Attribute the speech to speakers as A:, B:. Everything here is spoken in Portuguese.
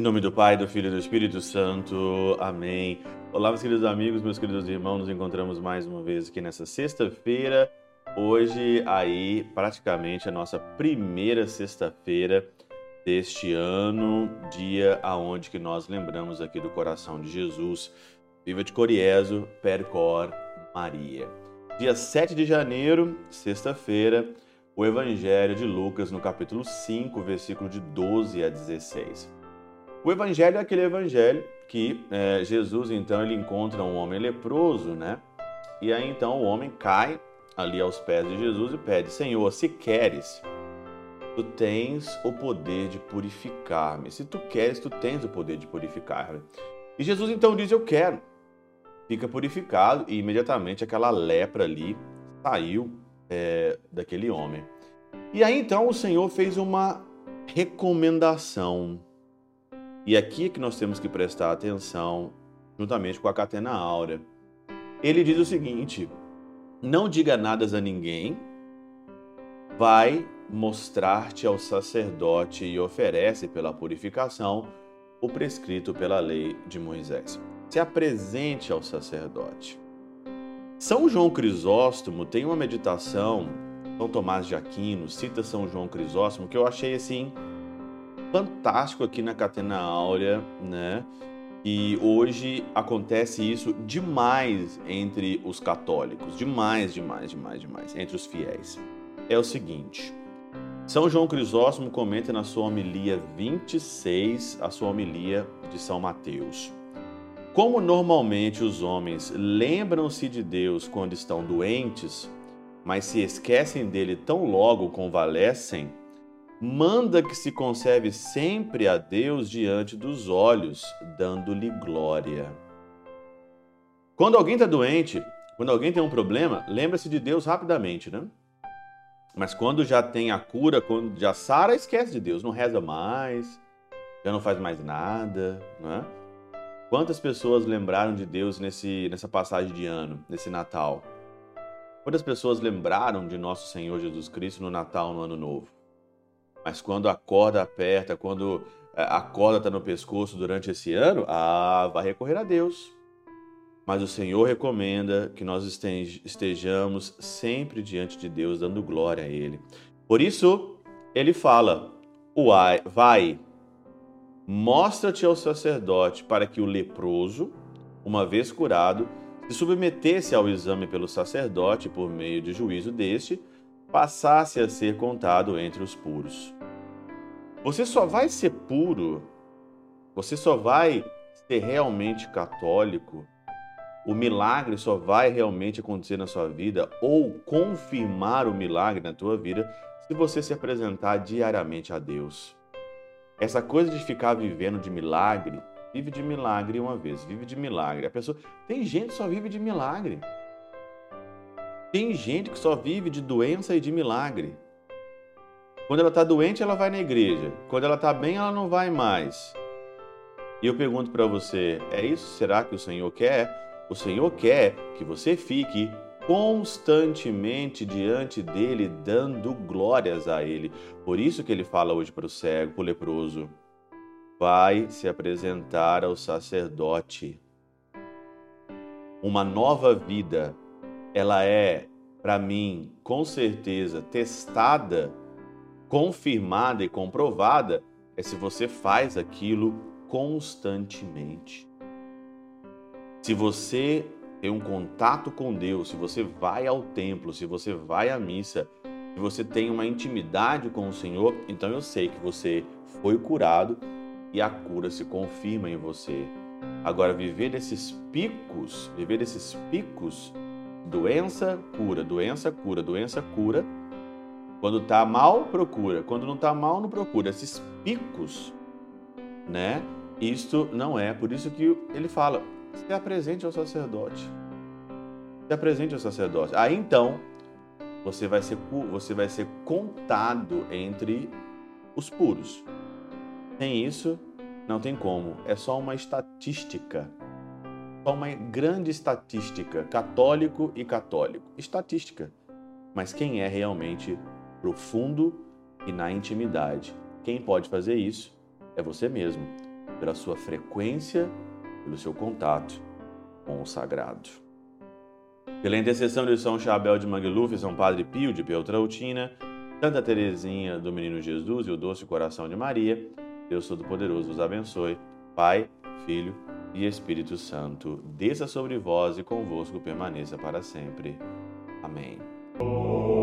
A: Em nome do Pai, do Filho e do Espírito Santo. Amém. Olá, meus queridos amigos, meus queridos irmãos. Nos encontramos mais uma vez aqui nessa sexta-feira. Hoje, praticamente a nossa primeira sexta-feira deste ano, dia aonde que nós lembramos aqui do coração de Jesus. Viva de Coriezo, Percor Maria. Dia 7 de janeiro, sexta-feira, o Evangelho de Lucas, no capítulo 5, versículo de 12 a 16. O evangelho é aquele evangelho que Jesus, então, ele encontra um homem leproso, né? E aí, então, o homem cai ali aos pés de Jesus e pede: Senhor, se queres, tu tens o poder de purificar-me. Se tu queres, tu tens o poder de purificar-me. E Jesus, então, diz: eu quero. Fica purificado e imediatamente aquela lepra ali saiu daquele homem. E aí, então, o Senhor fez uma recomendação. E aqui é que nós temos que prestar atenção, juntamente com a catena áurea. Ele diz o seguinte: não diga nada a ninguém, vai mostrar-te ao sacerdote e oferece pela purificação o prescrito pela lei de Moisés. Se apresente ao sacerdote. São João Crisóstomo tem uma meditação, São Tomás de Aquino cita São João Crisóstomo, que eu achei assim fantástico aqui na Catena Áurea, né? E hoje acontece isso demais entre os católicos, demais, entre os fiéis. É o seguinte: São João Crisóstomo comenta na sua homilia 26, a sua homilia de São Mateus. Como normalmente os homens lembram-se de Deus quando estão doentes, mas se esquecem dele tão logo convalescem, manda que se conserve sempre a Deus diante dos olhos, dando-lhe glória. Quando alguém está doente, quando alguém tem um problema, lembra-se de Deus rapidamente, né? Mas quando já tem a cura, quando já sara, esquece de Deus, não reza mais, já não faz mais nada, né? Quantas pessoas lembraram de Deus nessa passagem de ano, nesse Natal? Quantas pessoas lembraram de nosso Senhor Jesus Cristo no Natal, no Ano Novo? Mas quando a corda aperta, quando a corda está no pescoço durante esse ano, vai recorrer a Deus. Mas o Senhor recomenda que nós estejamos sempre diante de Deus, dando glória a Ele. Por isso, Ele fala: vai, mostra-te ao sacerdote para que o leproso, uma vez curado, se submetesse ao exame pelo sacerdote por meio de juízo deste, passasse a ser contado entre os puros. Você só vai ser puro, você só vai ser realmente católico, o milagre só vai realmente acontecer na sua vida ou confirmar o milagre na tua vida se você se apresentar diariamente a Deus. Essa coisa de ficar vivendo de milagre, vive de milagre uma vez, vive de milagre. Tem gente que só vive de milagre. Tem gente que só vive de doença e de milagre. Quando ela está doente, ela vai na igreja. Quando ela está bem, ela não vai mais. E eu pergunto para você, é isso? Será que o Senhor quer? O Senhor quer que você fique constantemente diante dele, dando glórias a ele. Por isso que ele fala hoje para o cego, para o leproso: vai se apresentar ao sacerdote. Uma nova vida, ela é, para mim, com certeza, testada, confirmada e comprovada, é se você faz aquilo constantemente. Se você tem um contato com Deus, se você vai ao templo, se você vai à missa, se você tem uma intimidade com o Senhor, então eu sei que você foi curado e a cura se confirma em você. Agora, viver desses picos, doença, cura, doença, cura, doença, cura. Quando tá mal, procura. Quando não tá mal, não procura. Esses picos, né? Isto não é. Por isso que ele fala: se apresente ao sacerdote. Se apresente ao sacerdote. Aí então, você vai ser contado entre os puros. Sem isso, não tem como. É só uma estatística. Só uma grande estatística. Católico e católico. Estatística. Mas quem é realmente profundo e na intimidade? Quem pode fazer isso é você mesmo. pela sua frequência, pelo seu contato com o sagrado. Pela intercessão de São Chabel de Mangluf, São Padre Pio de Peltrautina, Santa Teresinha do Menino Jesus e o Doce Coração de Maria, Deus Todo-Poderoso vos abençoe, Pai, Filho e Espírito Santo, desça sobre vós e convosco permaneça para sempre. Amém.